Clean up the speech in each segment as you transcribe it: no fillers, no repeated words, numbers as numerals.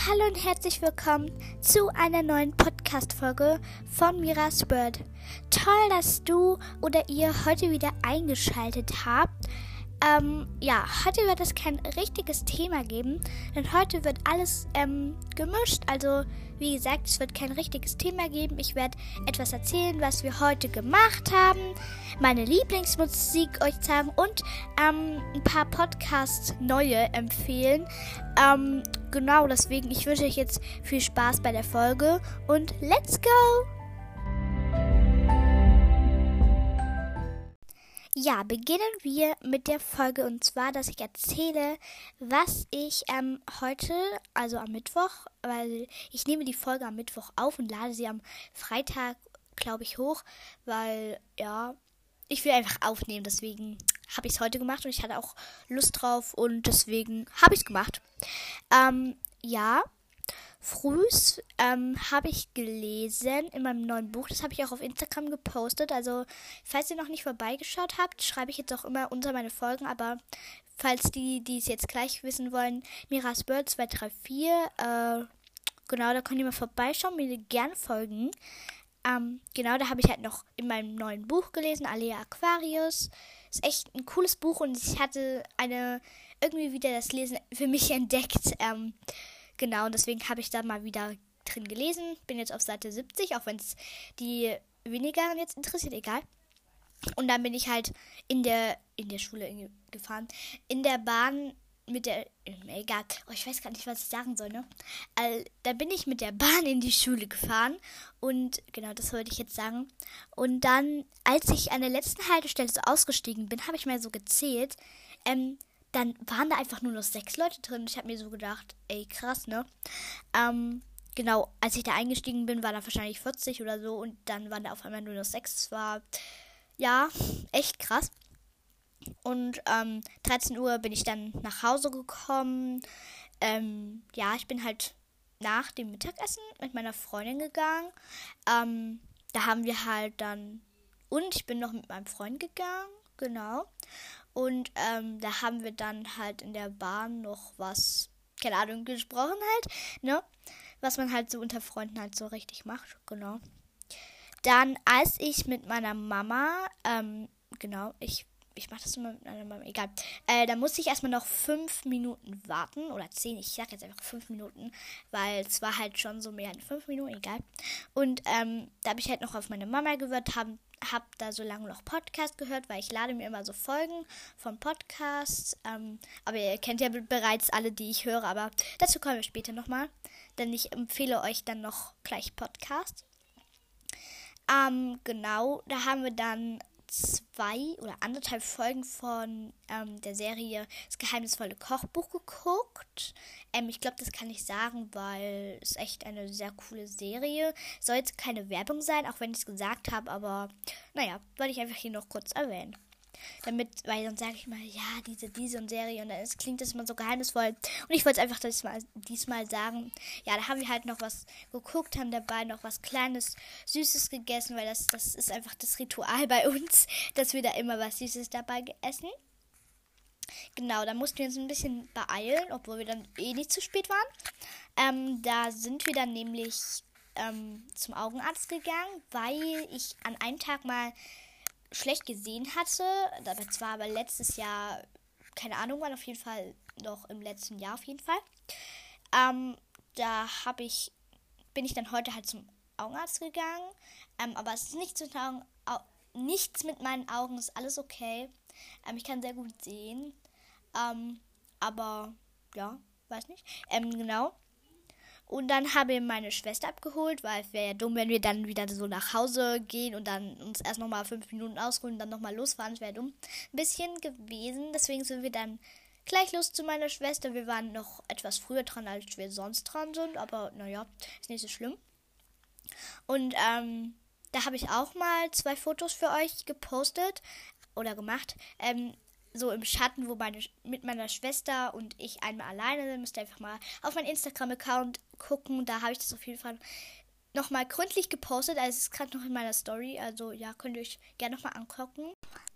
Hallo und herzlich willkommen zu einer neuen Podcast-Folge von Miras World. Toll, dass du oder ihr heute wieder eingeschaltet habt. Heute wird es kein richtiges Thema geben, denn heute wird alles gemischt. Also, wie gesagt, es wird kein richtiges Thema geben. Ich werde etwas erzählen, was wir heute gemacht haben, meine Lieblingsmusik euch zeigen und ein paar Podcasts neue empfehlen. Genau, deswegen, ich wünsche euch jetzt viel Spaß bei der Folge und let's go! Ja, beginnen wir mit der Folge und zwar, dass ich erzähle, was ich heute, also am Mittwoch, weil ich nehme die Folge am Mittwoch auf und lade sie am Freitag, glaube ich, hoch, weil, ja, ich will einfach aufnehmen, deswegen habe ich es heute gemacht und ich hatte auch Lust drauf und deswegen habe ich es gemacht. Frühs habe ich gelesen in meinem neuen Buch, das habe ich auch auf Instagram gepostet, also falls ihr noch nicht vorbeigeschaut habt, schreibe ich jetzt auch immer unter meine Folgen, aber falls die es jetzt gleich wissen wollen, Miras World 234, genau, da könnt ihr mal vorbeischauen, mir gerne folgen. Genau, da habe ich halt noch in meinem neuen Buch gelesen, Alea Aquarius. Ist echt ein cooles Buch und ich hatte irgendwie wieder das Lesen für mich entdeckt. Genau, und deswegen habe ich da mal wieder drin gelesen. Bin jetzt auf Seite 70, auch wenn es die weniger jetzt interessiert, egal. Und dann bin ich halt in der Schule gefahren. In der Bahn mit der, egal, ich weiß gar nicht, was ich sagen soll, ne? Da bin ich mit der Bahn in die Schule gefahren und genau, das wollte ich jetzt sagen. Und dann, als ich an der letzten Haltestelle so ausgestiegen bin, habe ich mal so gezählt, dann waren da einfach nur noch 6 Leute drin. Ich habe mir so gedacht, ey, krass, ne? Genau, als ich da eingestiegen bin, waren da wahrscheinlich 40 oder so und dann waren da auf einmal nur noch 6. Das war, ja, echt krass. Und 13 Uhr bin ich dann nach Hause gekommen. Ich bin halt nach dem Mittagessen mit meiner Freundin gegangen. Da haben wir halt dann... Und ich bin noch mit meinem Freund gegangen, genau. Und da haben wir dann halt in der Bahn noch was, keine Ahnung, gesprochen halt, ne? Was man halt so unter Freunden halt so richtig macht, genau. Dann, als ich mit meiner Mama, genau, ich mache das immer mit meiner Mama, egal. Da musste ich erstmal noch 5 Minuten warten. Oder 10, ich sag jetzt einfach 5 Minuten. Weil es war halt schon so mehr als 5 Minuten, egal. Und da habe ich halt noch auf meine Mama gehört, hab da so lange noch Podcast gehört, weil ich lade mir immer so Folgen von Podcasts. Aber ihr kennt ja bereits alle, die ich höre. Aber dazu kommen wir später nochmal. Denn ich empfehle euch dann noch gleich Podcast. Genau, da haben wir dann 2 oder 1,5 Folgen von der Serie Das geheimnisvolle Kochbuch geguckt. Ich glaube, das kann ich sagen, weil es echt eine sehr coole Serie. Soll jetzt keine Werbung sein, auch wenn ich es gesagt habe, aber naja, wollte ich einfach hier noch kurz erwähnen. Weil sonst sage ich mal, ja, diese und Serie und dann klingt das immer so geheimnisvoll. Und ich wollte es einfach diesmal sagen, ja, da haben wir halt noch was geguckt, haben dabei noch was Kleines, Süßes gegessen, weil das ist einfach das Ritual bei uns, dass wir da immer was Süßes dabei essen. Genau, da mussten wir uns ein bisschen beeilen, obwohl wir dann nicht zu spät waren. Da sind wir dann nämlich zum Augenarzt gegangen, weil ich an einem Tag mal schlecht gesehen hatte. Das war aber letztes Jahr, keine Ahnung wann, auf jeden Fall noch im letzten Jahr auf jeden Fall. Bin ich dann heute halt zum Augenarzt gegangen. Aber es ist nichts mit meinen Augen, ist alles okay. Ich kann sehr gut sehen. Aber ja, weiß nicht. Genau. Und dann habe ich meine Schwester abgeholt, weil es wäre ja dumm, wenn wir dann wieder so nach Hause gehen und dann uns erst nochmal 5 Minuten ausruhen und dann nochmal losfahren. Das wäre dumm. Ein bisschen gewesen. Deswegen sind wir dann gleich los zu meiner Schwester. Wir waren noch etwas früher dran, als wir sonst dran sind. Aber naja, ist nicht so schlimm. Und da habe ich auch mal 2 Fotos für euch gepostet oder gemacht. So im Schatten, mit meiner Schwester und ich einmal alleine sind. Müsst ihr einfach mal auf meinen Instagram-Account gucken. Da habe ich das auf jeden Fall nochmal gründlich gepostet. Also es ist gerade noch in meiner Story. Also ja, könnt ihr euch gerne nochmal angucken.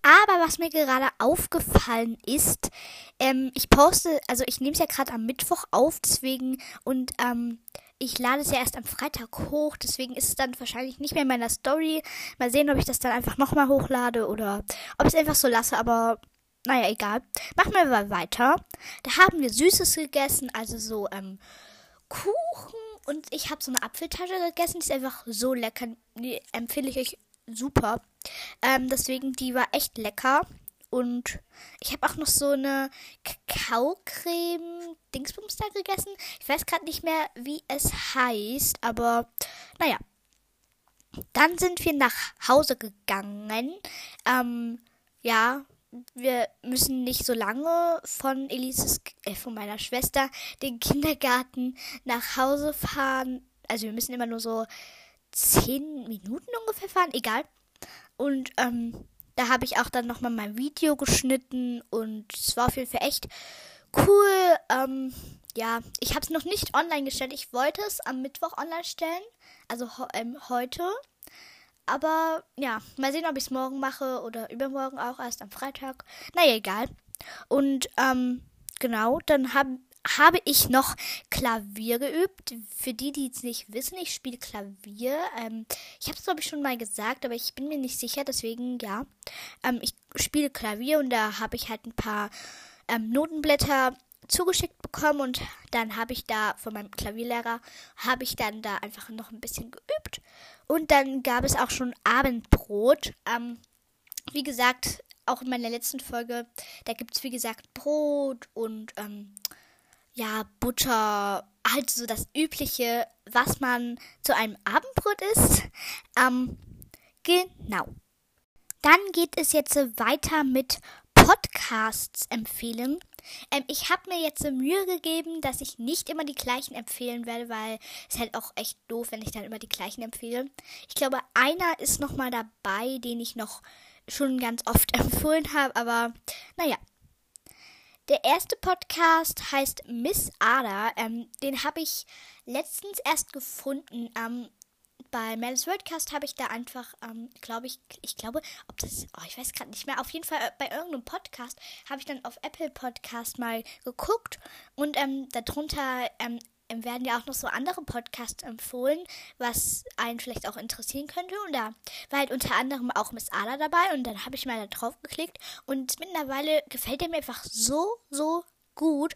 Aber was mir gerade aufgefallen ist, ich nehme es ja gerade am Mittwoch auf, deswegen, und ich lade es ja erst am Freitag hoch, deswegen ist es dann wahrscheinlich nicht mehr in meiner Story. Mal sehen, ob ich das dann einfach nochmal hochlade oder ob ich es einfach so lasse, aber naja, egal. Machen wir mal weiter. Da haben wir Süßes gegessen, also so Kuchen, und ich habe so eine Apfeltasche gegessen, die ist einfach so lecker, die empfehle ich euch super. Deswegen, die war echt lecker. Und ich habe auch noch so eine Kakaocreme-Dingsbums da gegessen. Ich weiß gerade nicht mehr, wie es heißt, aber naja. Dann sind wir nach Hause gegangen. Ja, wir müssen nicht so lange von meiner Schwester, den Kindergarten nach Hause fahren. Also wir müssen immer nur so 10 Minuten ungefähr fahren, egal. Und da habe ich auch dann nochmal mein Video geschnitten und es war auf jeden Fall echt cool. Ja, ich habe es noch nicht online gestellt. Ich wollte es am Mittwoch online stellen, also heute. Aber ja, mal sehen, ob ich es morgen mache oder übermorgen auch, erst am Freitag. Naja, egal. Und genau, dann habe ich noch Klavier geübt. Für die es nicht wissen, ich spiele Klavier. Ich habe es, glaube ich, schon mal gesagt, aber ich bin mir nicht sicher, deswegen ja. Ich spiele Klavier und da habe ich halt ein paar Notenblätter zugeschickt bekommen und dann habe ich da von meinem Klavierlehrer, habe ich dann da einfach noch ein bisschen geübt und dann gab es auch schon Abendbrot. Wie gesagt, auch in meiner letzten Folge, da gibt es wie gesagt Brot und ja, Butter, halt so das Übliche, was man zu einem Abendbrot isst. Genau. Dann geht es jetzt weiter mit Podcasts empfehlen. Ich habe mir jetzt Mühe gegeben, dass ich nicht immer die gleichen empfehlen werde, weil es halt auch echt doof, wenn ich dann immer die gleichen empfehle. Ich glaube, einer ist nochmal dabei, den ich noch schon ganz oft empfohlen habe, aber naja. Der erste Podcast heißt Miss Ada. Den habe ich letztens erst gefunden. Bei Melis Wordcast habe ich da einfach, ich glaube, ich weiß gerade nicht mehr. Auf jeden Fall bei irgendeinem Podcast habe ich dann auf Apple Podcast mal geguckt und darunter werden ja auch noch so andere Podcasts empfohlen, was einen vielleicht auch interessieren könnte. Und da war halt unter anderem auch Miss Ada dabei und dann habe ich mal da drauf geklickt und mittlerweile gefällt der mir einfach so, so gut,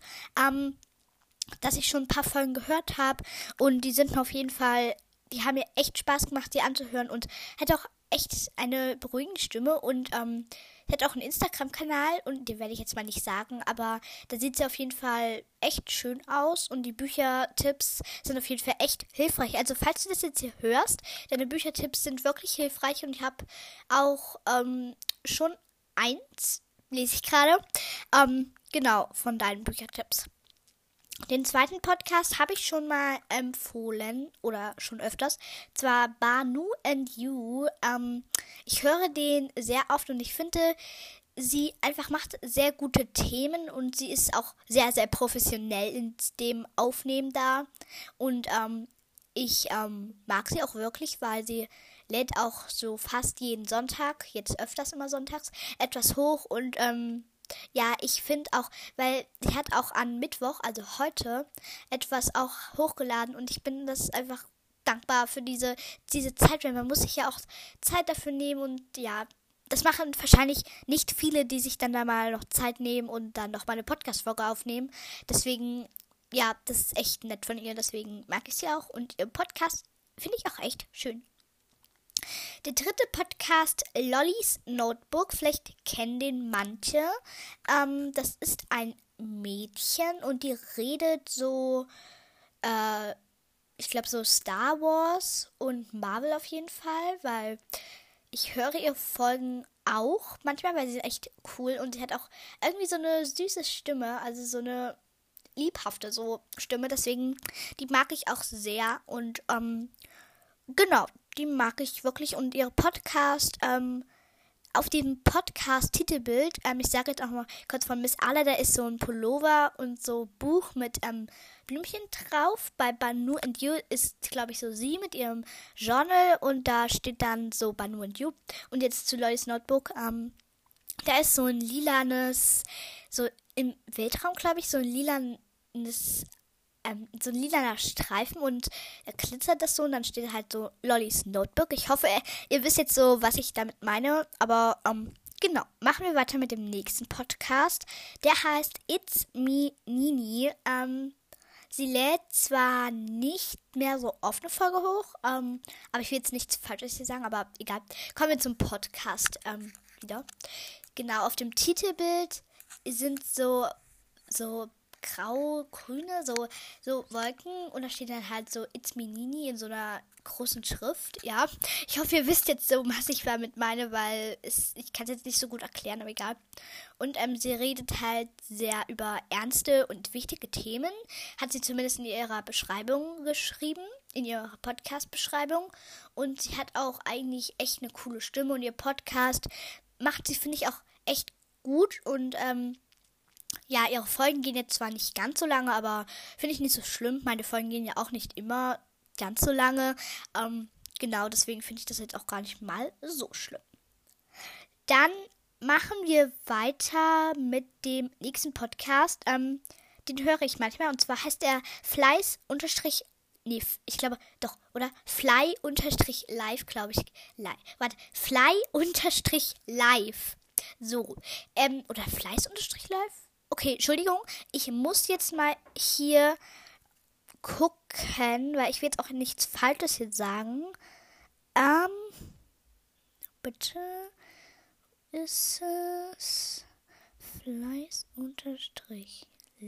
dass ich schon ein paar Folgen gehört habe und die sind mir auf jeden Fall, die haben mir echt Spaß gemacht, die anzuhören und hat auch echt eine beruhigende Stimme und hat auch einen Instagram-Kanal und den werde ich jetzt mal nicht sagen, aber da sieht sie auf jeden Fall echt schön aus und die Büchertipps sind auf jeden Fall echt hilfreich. Also falls du das jetzt hier hörst, deine Büchertipps sind wirklich hilfreich und ich habe auch schon eins, lese ich gerade, genau, von deinen Büchertipps. Den zweiten Podcast habe ich schon mal empfohlen oder schon öfters. Zwar Banu and You. Ich höre den sehr oft und ich finde, sie einfach macht sehr gute Themen und sie ist auch sehr, sehr professionell in dem Aufnehmen da. Und ich mag sie auch wirklich, weil sie lädt auch so fast jeden Sonntag, jetzt öfters immer sonntags, etwas hoch und ja, ich finde auch, weil sie hat auch an Mittwoch, also heute, etwas auch hochgeladen und ich bin das einfach dankbar für diese Zeit, weil man muss sich ja auch Zeit dafür nehmen und ja, das machen wahrscheinlich nicht viele, die sich dann da mal noch Zeit nehmen und dann noch mal eine Podcast-Folge aufnehmen. Deswegen, ja, das ist echt nett von ihr, deswegen mag ich sie auch und ihr Podcast finde ich auch echt schön. Der dritte Podcast, Lollys Notebook, vielleicht kennen den manche. Das ist ein Mädchen und die redet so, ich glaube so Star Wars und Marvel auf jeden Fall, weil ich höre ihre Folgen auch manchmal, weil sie sind echt cool und sie hat auch irgendwie so eine süße Stimme, also so eine liebhafte so Stimme, deswegen die mag ich auch sehr und genau, die mag ich wirklich und ihre Podcast, auf dem Podcast-Titelbild, ich sage jetzt auch mal kurz von Miss Ala, da ist so ein Pullover und so Buch mit Blümchen drauf. Bei Banu and You ist, glaube ich, so sie mit ihrem Journal und da steht dann so Banu and You. Und jetzt zu Lollys Notebook, Da ist so ein lilanes, so im Weltraum, glaube ich, so ein lilaner Streifen und da glitzert das so und dann steht halt so Lollys Notebook. Ich hoffe, ihr wisst jetzt so, was ich damit meine, aber genau, machen wir weiter mit dem nächsten Podcast. Der heißt It's Me Nini. Sie lädt zwar nicht mehr so oft eine Folge hoch, aber ich will jetzt nichts Falsches hier sagen, aber egal. Kommen wir zum Podcast wieder. Genau, auf dem Titelbild sind so grau-grüne, so Wolken und da steht dann halt so It's Me Nini in so einer großen Schrift. Ja, ich hoffe, ihr wisst jetzt so, was ich damit meine, weil ich kann es jetzt nicht so gut erklären, aber egal. Und sie redet halt sehr über ernste und wichtige Themen, hat sie zumindest in ihrer Beschreibung geschrieben, in ihrer Podcast-Beschreibung und sie hat auch eigentlich echt eine coole Stimme und ihr Podcast macht sie, finde ich, auch echt gut und ja, ihre Folgen gehen jetzt zwar nicht ganz so lange, aber finde ich nicht so schlimm. Meine Folgen gehen ja auch nicht immer ganz so lange. Genau, deswegen finde ich das jetzt auch gar nicht mal so schlimm. Dann machen wir weiter mit dem nächsten Podcast. Den höre ich manchmal und zwar heißt er ich glaube, doch, oder Fly-Live, glaube ich. Fly-Live. So, oder Fleiß-Live? Okay, Entschuldigung, ich muss jetzt mal hier gucken, weil ich will jetzt auch nichts Falsches hier sagen. Bitte ist es Fleiß-Live?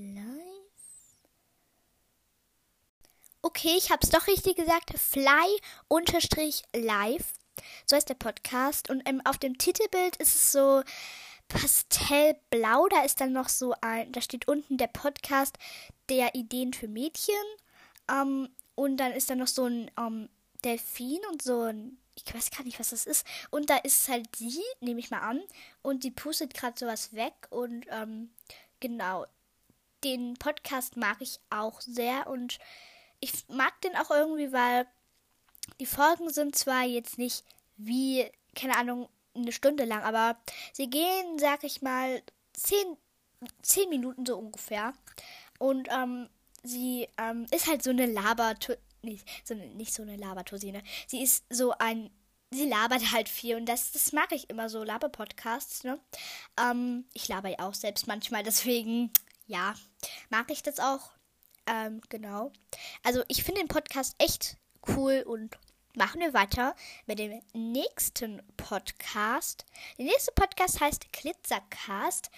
Okay, ich habe es doch richtig gesagt. Fly-Live. So heißt der Podcast. Und auf dem Titelbild ist es so pastellblau. Da ist dann noch da steht unten der Podcast der Ideen für Mädchen. Und dann ist da noch so ein Delfin und so ein, ich weiß gar nicht, was das ist. Und da ist halt sie, nehme ich mal an. Und die pustet gerade sowas weg. Und genau, den Podcast mag ich auch sehr. Und ich mag den auch irgendwie, weil die Folgen sind zwar jetzt nicht wie, keine Ahnung, eine Stunde lang, aber sie gehen, sag ich mal, 10 Minuten so ungefähr. Und sie ist halt so eine nicht so eine Labertusine. Sie labert halt viel und das mag ich immer so, Laber-Podcasts, ne? Ich laber ja auch selbst manchmal, deswegen, ja, mag ich das auch. Genau. Also ich finde den Podcast echt cool und machen wir weiter mit dem nächsten Podcast. Der nächste Podcast heißt Glitzercast.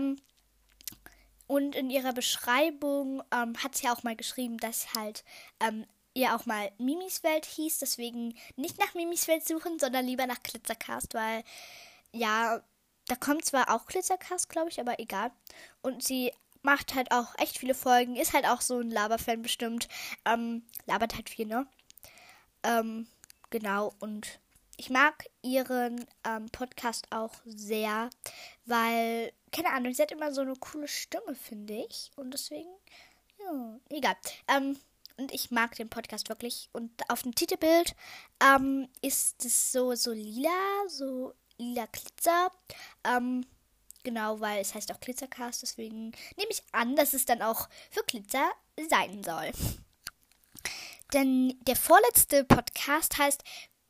Und in ihrer Beschreibung hat sie auch mal geschrieben, dass halt ihr auch mal Mimis Welt hieß. Deswegen nicht nach Mimis Welt suchen, sondern lieber nach Glitzercast, weil ja, da kommt zwar auch Glitzercast, glaube ich, aber egal. Und sie macht halt auch echt viele Folgen, ist halt auch so ein Laberfan bestimmt. Labert halt viel, ne? Genau, und ich mag ihren Podcast auch sehr, weil, keine Ahnung, sie hat immer so eine coole Stimme, finde ich. Und deswegen, ja, egal. Und ich mag den Podcast wirklich. Und auf dem Titelbild ist es so lila Glitzer. Genau, weil es heißt auch Glitzercast, deswegen nehme ich an, dass es dann auch für Glitzer sein soll. Denn der vorletzte Podcast heißt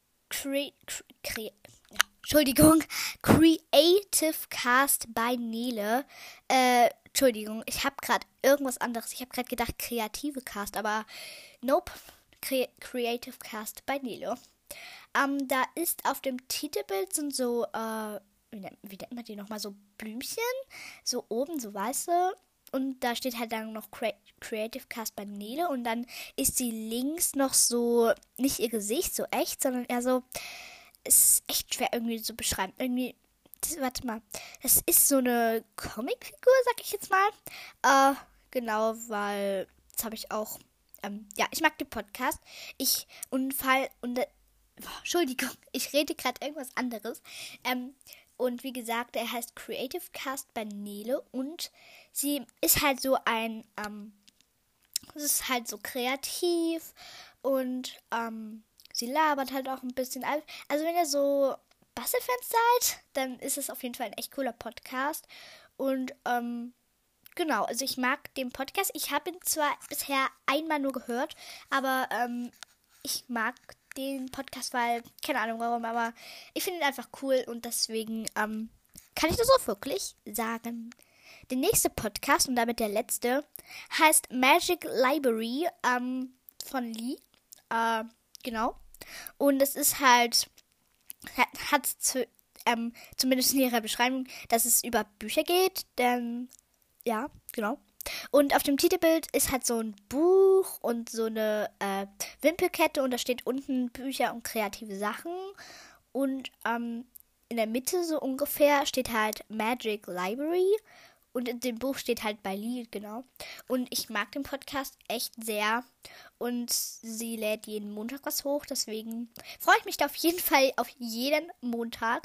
Creative Cast by Nele. Entschuldigung, ich habe gerade irgendwas anderes. Ich habe gerade gedacht Kreative Cast, aber nope. Creative Cast by Nele. Da ist auf dem Titelbild sind so, wie nennt man die nochmal, so Blümchen, so oben, so weiße. Und da steht halt dann noch Creative Cast by Nele. Und dann ist sie links noch so, nicht ihr Gesicht so echt, sondern eher so, es ist echt schwer irgendwie zu beschreiben. Irgendwie, warte mal, das ist so eine Comicfigur, sag ich jetzt mal. Genau, weil, das habe ich auch, ja, ich mag den Podcast. Entschuldigung, ich rede gerade irgendwas anderes. Und wie gesagt, er heißt Creative Cast by Nele und sie ist halt so es ist halt so kreativ und sie labert halt auch ein bisschen. Also wenn ihr so Bastelfans seid, dann ist es auf jeden Fall ein echt cooler Podcast. Und genau, also ich mag den Podcast. Ich habe ihn zwar bisher einmal nur gehört, aber ich mag den Podcast, weil, keine Ahnung warum, aber ich finde ihn einfach cool und deswegen kann ich das auch wirklich sagen. Der nächste Podcast und damit der letzte heißt Magic Library von Lee. Genau. Und es ist halt, hat zumindest in ihrer Beschreibung, dass es über Bücher geht, denn, ja, genau. Und auf dem Titelbild ist halt so ein Buch und so eine Wimpelkette und da steht unten Bücher und kreative Sachen. Und in der Mitte so ungefähr steht halt Magic Library. Und in dem Buch steht halt bei Lee, genau. Und ich mag den Podcast echt sehr. Und sie lädt jeden Montag was hoch. Deswegen freue ich mich da auf jeden Fall auf jeden Montag.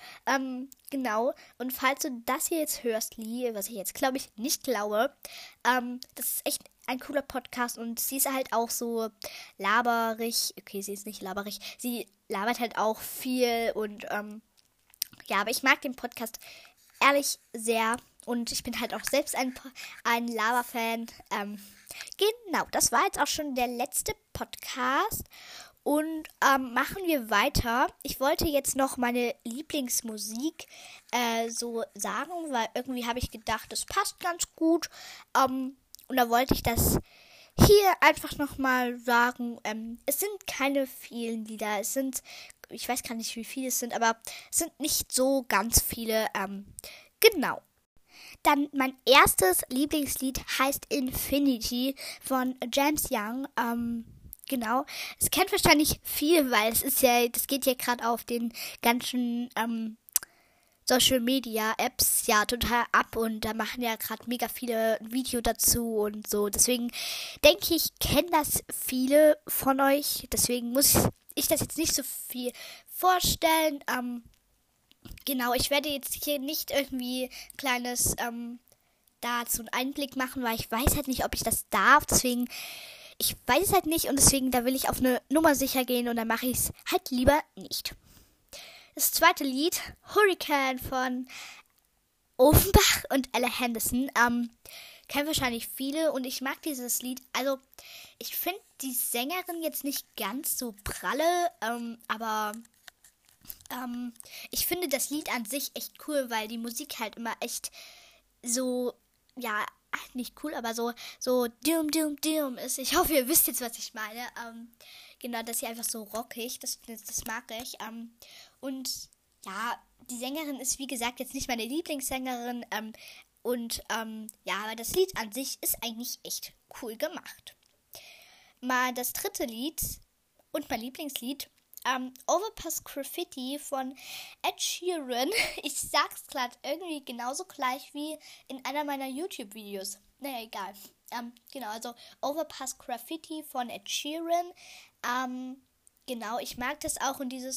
Genau. Und falls du das hier jetzt hörst, Lee, was ich jetzt glaube ich nicht glaube, das ist echt ein cooler Podcast. Und sie ist halt auch so laberig. Okay, sie ist nicht laberig. Sie labert halt auch viel. Und ja, aber ich mag den Podcast ehrlich sehr. Und ich bin halt auch selbst ein Lava-Fan. Genau, das war jetzt auch schon der letzte Podcast. Und machen wir weiter. Ich wollte jetzt noch meine Lieblingsmusik so sagen, weil irgendwie habe ich gedacht, das passt ganz gut. Und da wollte ich das hier einfach nochmal sagen. Es sind keine vielen Lieder. Es sind, ich weiß gar nicht, wie viele es sind, aber es sind nicht so ganz viele. Genau. Dann mein erstes Lieblingslied heißt Infinity von James Young. Genau. Es kennt wahrscheinlich viel, weil es ist ja, das geht ja gerade auf den ganzen Social Media Apps ja total ab und da machen ja gerade mega viele Videos dazu und so. Deswegen denke ich, kennen das viele von euch. Deswegen muss ich das jetzt nicht so viel vorstellen. Genau, ich werde jetzt hier nicht irgendwie ein kleines dazu einen Einblick machen, weil ich weiß halt nicht, ob ich das darf. Deswegen, ich weiß es halt nicht und deswegen, da will ich auf eine Nummer sicher gehen und dann mache ich es halt lieber nicht. Das zweite Lied, Hurricane von Offenbach und Ella Henderson, kennen wahrscheinlich viele und ich mag dieses Lied. Also, ich finde die Sängerin jetzt nicht ganz so pralle, aber ich finde das Lied an sich echt cool, weil die Musik halt immer echt so, ja, nicht cool, aber so dum dum dum ist. Ich hoffe, ihr wisst jetzt, was ich meine. Genau, das ist ja einfach so rockig, das mag ich. Und ja, die Sängerin ist, wie gesagt, jetzt nicht meine Lieblingssängerin. Ja, aber das Lied an sich ist eigentlich echt cool gemacht. Mal das dritte Lied und mein Lieblingslied, Overpass Graffiti von Ed Sheeran. Ich sag's gerade irgendwie genauso gleich wie in einer meiner YouTube-Videos. Naja, egal. Genau, also Overpass Graffiti von Ed Sheeran. Genau, ich mag das auch und dieses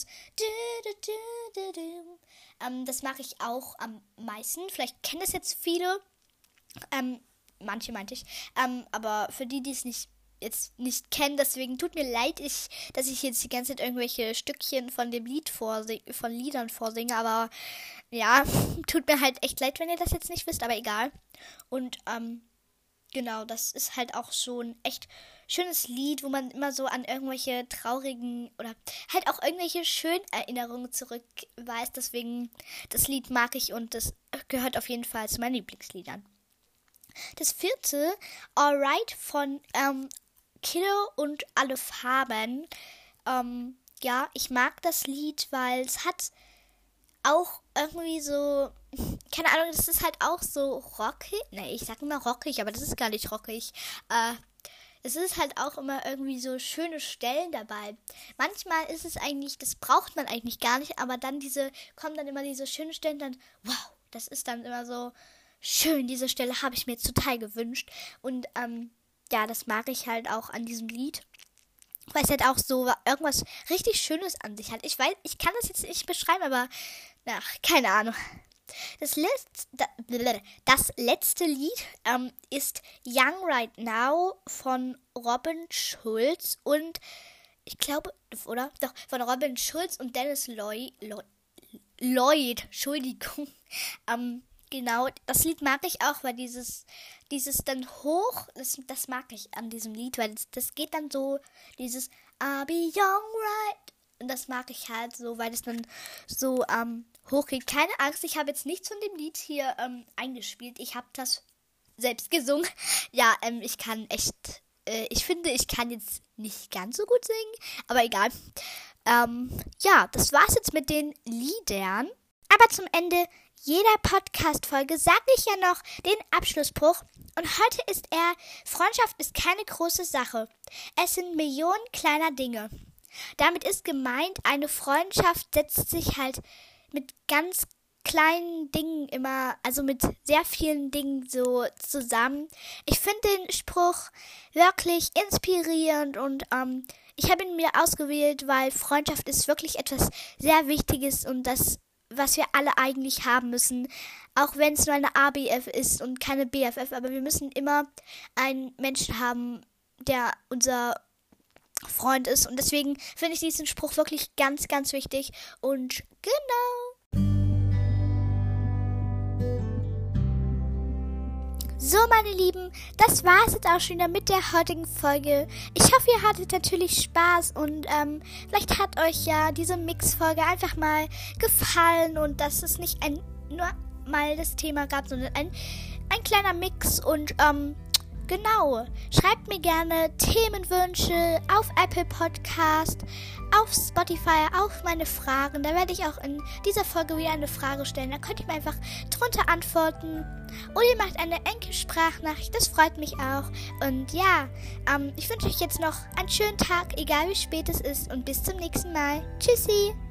das mag ich auch am meisten. Vielleicht kennen das jetzt viele. Manche meinte ich. Aber für die es jetzt nicht kennen, deswegen tut mir leid, dass ich jetzt die ganze Zeit irgendwelche Stückchen von dem Lied von Liedern vorsinge, aber ja, tut mir halt echt leid, wenn ihr das jetzt nicht wisst, aber egal. Und genau, das ist halt auch so ein echt schönes Lied, wo man immer so an irgendwelche traurigen oder halt auch irgendwelche schönen Erinnerungen zurückweist, deswegen das Lied mag ich und das gehört auf jeden Fall zu meinen Lieblingsliedern. Das vierte, Alright von Kiddo und alle Farben. Ja, ich mag das Lied, weil es hat auch irgendwie so, keine Ahnung, das ist halt auch so rockig. Ne, ich sag immer rockig, aber das ist gar nicht rockig. Es ist halt auch immer irgendwie so schöne Stellen dabei. Manchmal ist es eigentlich, das braucht man eigentlich gar nicht, aber dann kommen dann immer diese schönen Stellen, dann, wow, das ist dann immer so schön, diese Stelle habe ich mir total gewünscht. Und ja, das mag ich halt auch an diesem Lied, weil es halt auch so irgendwas richtig Schönes an sich hat. Ich weiß, ich kann das jetzt nicht beschreiben, aber keine Ahnung. Das letzte Lied ist Young Right Now von Robin Schulz und ich glaube, oder? Doch, von Robin Schulz und Dennis Lloyd, Entschuldigung. Genau, das Lied mag ich auch, weil dieses dann hoch, das mag ich an diesem Lied, weil das geht dann so, dieses I'll be young, right? Und das mag ich halt so, weil es dann so hoch geht. Keine Angst, ich habe jetzt nichts von dem Lied hier eingespielt. Ich habe das selbst gesungen. Ja, ich kann echt, ich finde, ich kann jetzt nicht ganz so gut singen, aber egal. Ja, das war's jetzt mit den Liedern. Aber zum Ende jeder Podcast-Folge sage ich ja noch den Abschlussspruch. Und heute ist er: Freundschaft ist keine große Sache. Es sind Millionen kleiner Dinge. Damit ist gemeint, eine Freundschaft setzt sich halt mit ganz kleinen Dingen immer, also mit sehr vielen Dingen so zusammen. Ich finde den Spruch wirklich inspirierend und ich habe ihn mir ausgewählt, weil Freundschaft ist wirklich etwas sehr Wichtiges und das, was wir alle eigentlich haben müssen, auch wenn es nur eine ABF ist und keine BFF, aber wir müssen immer einen Menschen haben, der unser Freund ist und deswegen finde ich diesen Spruch wirklich ganz, ganz wichtig und genau. So, meine Lieben, das war es jetzt auch schon wieder mit der heutigen Folge. Ich hoffe, ihr hattet natürlich Spaß und vielleicht hat euch ja diese Mix-Folge einfach mal gefallen und dass es nicht nur mal das Thema gab, sondern ein kleiner Mix und genau. Schreibt mir gerne Themenwünsche auf Apple Podcast, auf Spotify, auf meine Fragen. Da werde ich auch in dieser Folge wieder eine Frage stellen. Da könnt ihr mir einfach drunter antworten. Oder ihr macht eine Sprachnachricht. Das freut mich auch. Und ja, ich wünsche euch jetzt noch einen schönen Tag, egal wie spät es ist. Und bis zum nächsten Mal. Tschüssi.